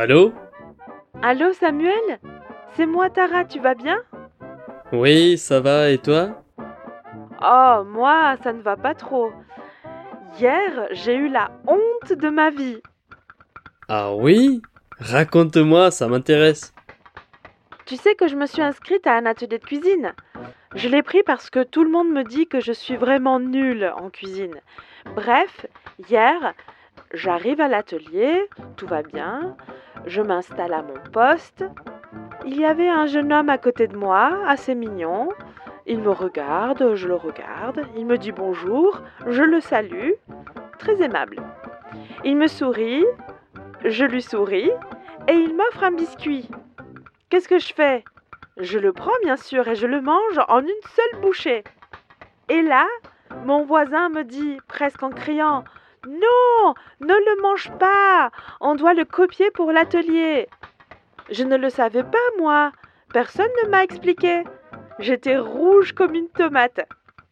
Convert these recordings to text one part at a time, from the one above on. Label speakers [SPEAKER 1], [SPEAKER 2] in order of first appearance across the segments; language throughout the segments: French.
[SPEAKER 1] Allô?
[SPEAKER 2] Allô Samuel? C'est moi Tara, tu vas bien?
[SPEAKER 1] Oui, ça va, et toi?
[SPEAKER 2] Oh, moi, ça ne va pas trop. Hier, j'ai eu la honte de ma vie.
[SPEAKER 1] Ah oui? Raconte-moi, ça m'intéresse.
[SPEAKER 2] Tu sais que je me suis inscrite à un atelier de cuisine. Je l'ai pris parce que tout le monde me dit que je suis vraiment nulle en cuisine. Bref, hier, j'arrive à l'atelier, tout va bien, je m'installe à mon poste. Il y avait un jeune homme à côté de moi, assez mignon. Il me regarde, je le regarde, il me dit bonjour, je le salue, très aimable. Il me sourit, je lui souris, et il m'offre un biscuit. Qu'est-ce que je fais? Je le prends bien sûr et je le mange en une seule bouchée. Et là, mon voisin me dit, presque en criant, non, ne le mange pas, on doit le copier pour l'atelier. Je ne le savais pas, moi. Personne ne m'a expliqué. J'étais rouge comme une tomate.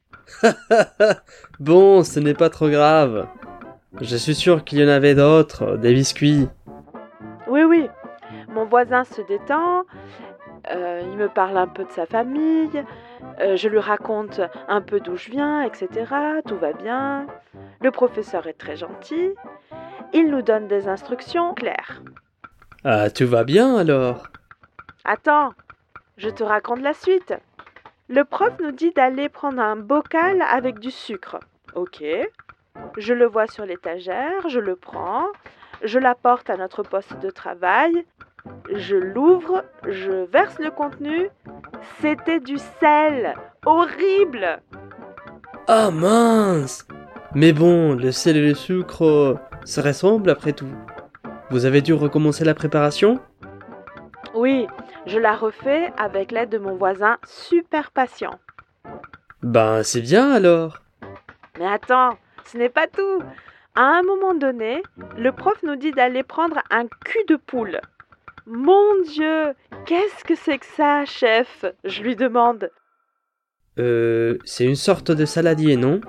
[SPEAKER 1] Bon, ce n'est pas trop grave. Je suis sûr qu'il y en avait d'autres, des biscuits.
[SPEAKER 2] Oui, oui. Mon voisin se détend. Il me parle un peu de sa famille. Je lui raconte un peu d'où je viens, etc. Tout va bien. Le professeur est très gentil. Il nous donne des instructions claires.
[SPEAKER 1] Ah, tout va bien alors?
[SPEAKER 2] Attends, je te raconte la suite. Le prof nous dit d'aller prendre un bocal avec du sucre. Ok. Je le vois sur l'étagère, je le prends, je l'apporte à notre poste de travail, je l'ouvre, je verse le contenu. C'était du sel. Horrible.
[SPEAKER 1] Ah mince! Mais bon, le sel et le sucre se ressemblent après tout. Vous avez dû recommencer la préparation?
[SPEAKER 2] Oui, je la refais avec l'aide de mon voisin super patient.
[SPEAKER 1] Ben, c'est bien alors.
[SPEAKER 2] Mais attends, ce n'est pas tout. À un moment donné, le prof nous dit d'aller prendre un cul de poule. Mon Dieu, qu'est-ce que c'est que ça, chef? Je lui demande.
[SPEAKER 1] C'est une sorte de saladier, non?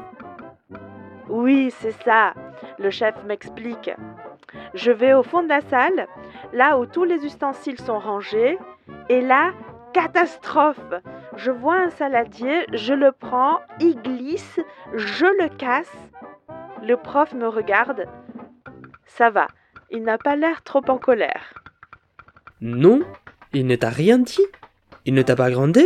[SPEAKER 2] Oui, c'est ça. Le chef m'explique. Je vais au fond de la salle, là où tous les ustensiles sont rangés, et là, catastrophe! Je vois un saladier, je le prends, il glisse, je le casse. Le prof me regarde. Ça va, il n'a pas l'air trop en colère.
[SPEAKER 1] Non? Il ne t'a rien dit? Il ne t'a pas grondé?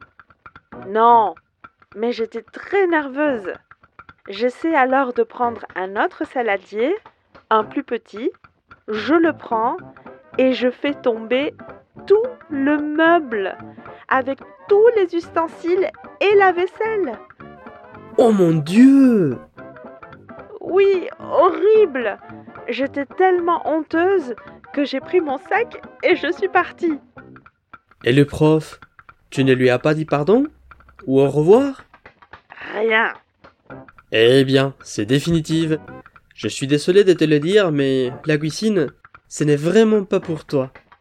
[SPEAKER 2] Non, mais j'étais très nerveuse. J'essaie alors de prendre un autre saladier, un plus petit, je le prends et je fais tomber tout le meuble avec tous les ustensiles et la vaisselle.
[SPEAKER 1] Oh mon Dieu!
[SPEAKER 2] Oui, horrible! J'étais tellement honteuse que j'ai pris mon sac et je suis partie.
[SPEAKER 1] Et le prof? Tu ne lui as pas dit pardon? Ou au revoir?
[SPEAKER 2] Rien.
[SPEAKER 1] Eh bien, c'est définitive. Je suis désolé de te le dire, mais la cuisine, ce n'est vraiment pas pour toi.